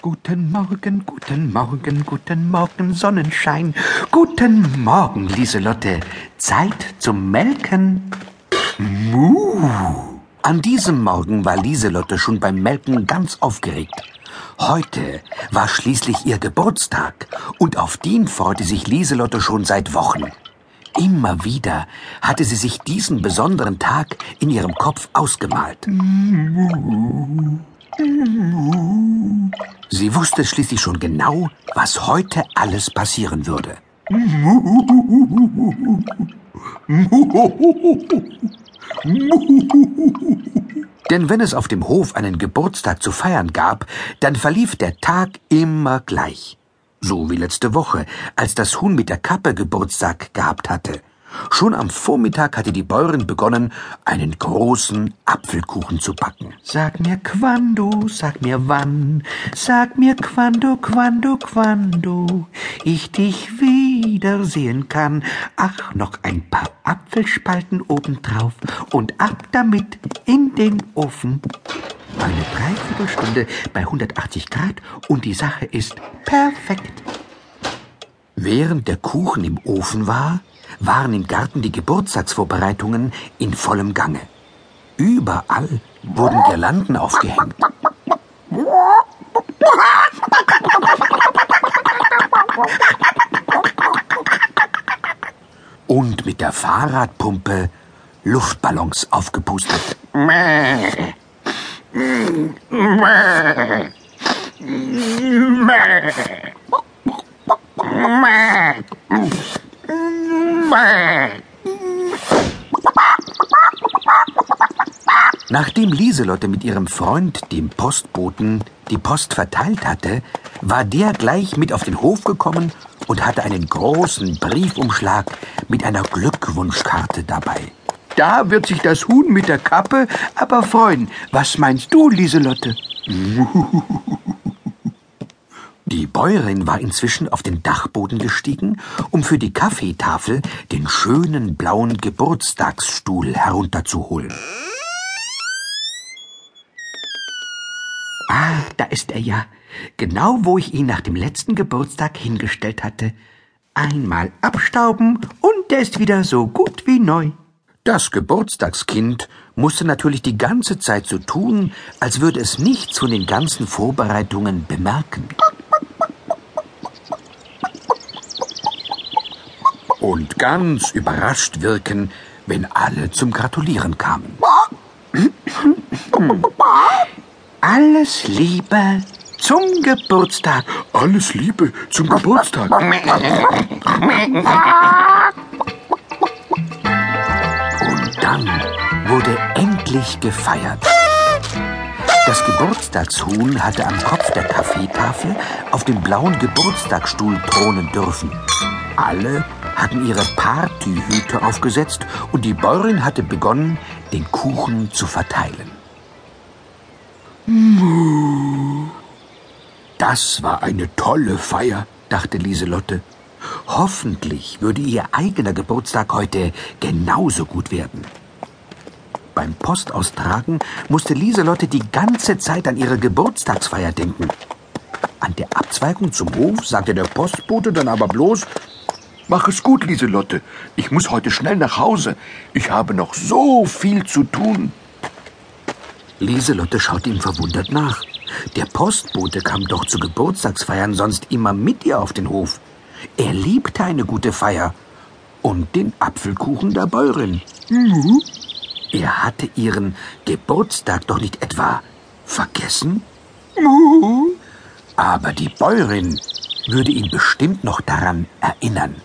Guten Morgen, guten Morgen, Sonnenschein. Guten Morgen, Lieselotte. Zeit zum Melken. Muh. An diesem Morgen war Lieselotte schon beim Melken ganz aufgeregt. Heute war schließlich ihr Geburtstag und auf den freute sich Lieselotte schon seit Wochen. Immer wieder hatte sie sich diesen besonderen Tag in ihrem Kopf ausgemalt. Sie wusste schließlich schon genau, was heute alles passieren würde. Denn wenn es auf dem Hof einen Geburtstag zu feiern gab, dann verlief der Tag immer gleich. So wie letzte Woche, als das Huhn mit der Kappe Geburtstag gehabt hatte. Schon am Vormittag hatte die Bäuerin begonnen, einen großen Apfelkuchen zu backen. Sag mir quando, sag mir wann, sag mir quando, ich dich wiedersehen kann. Ach, noch ein paar Apfelspalten obendrauf und ab damit in den Ofen. Eine Dreiviertelstunde bei 180 Grad und die Sache ist perfekt. Während der Kuchen im Ofen war, waren im Garten die Geburtstagsvorbereitungen in vollem Gange. Überall wurden Girlanden aufgehängt. Und mit der Fahrradpumpe Luftballons aufgepustet. Nachdem Lieselotte mit ihrem Freund, dem Postboten, die Post verteilt hatte, war der gleich mit auf den Hof gekommen und hatte einen großen Briefumschlag mit einer Glückwunschkarte dabei. Da wird sich das Huhn mit der Kappe aber freuen. Was meinst du, Lieselotte? Die Bäuerin war inzwischen auf den Dachboden gestiegen, um für die Kaffeetafel den schönen blauen Geburtstagsstuhl herunterzuholen. Ah, da ist er ja. Genau, wo ich ihn nach dem letzten Geburtstag hingestellt hatte. Einmal abstauben und der ist wieder so gut wie neu. Das Geburtstagskind musste natürlich die ganze Zeit so tun, als würde es nichts von den ganzen Vorbereitungen bemerken. Und ganz überrascht wirken, wenn alle zum Gratulieren kamen. Alles Liebe zum Geburtstag. Alles Liebe zum Geburtstag. Und dann wurde endlich gefeiert. Das Geburtstagshuhn hatte am Kopf der Kaffeetafel auf dem blauen Geburtstagsstuhl thronen dürfen. Alle hatten ihre Partyhüte aufgesetzt und die Bäuerin hatte begonnen, den Kuchen zu verteilen. Das war eine tolle Feier, dachte Lieselotte. Hoffentlich würde ihr eigener Geburtstag heute genauso gut werden. Beim Postaustragen musste Lieselotte die ganze Zeit an ihre Geburtstagsfeier denken. An der Abzweigung zum Hof sagte der Postbote dann aber bloß: Mach es gut, Lieselotte. Ich muss heute schnell nach Hause. Ich habe noch so viel zu tun. Lieselotte schaute ihm verwundert nach. Der Postbote kam doch zu Geburtstagsfeiern sonst immer mit ihr auf den Hof. Er liebte eine gute Feier. Und den Apfelkuchen der Bäuerin. Er hatte ihren Geburtstag doch nicht etwa vergessen? Aber die Bäuerin würde ihn bestimmt noch daran erinnern.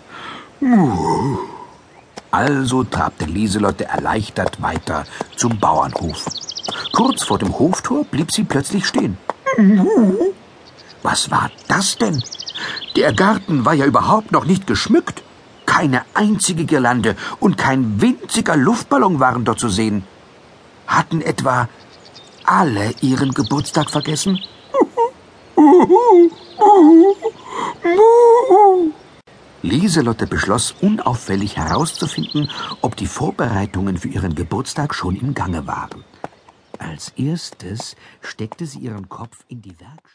Also trabte Lieselotte erleichtert weiter zum Bauernhof. Kurz vor dem Hoftor blieb sie plötzlich stehen. Was war das denn? Der Garten war ja überhaupt noch nicht geschmückt. Keine einzige Girlande und kein winziger Luftballon waren dort zu sehen. Hatten etwa alle ihren Geburtstag vergessen? Lieselotte beschloss, unauffällig herauszufinden, ob die Vorbereitungen für ihren Geburtstag schon im Gange waren. Als erstes steckte sie ihren Kopf in die Werkstatt.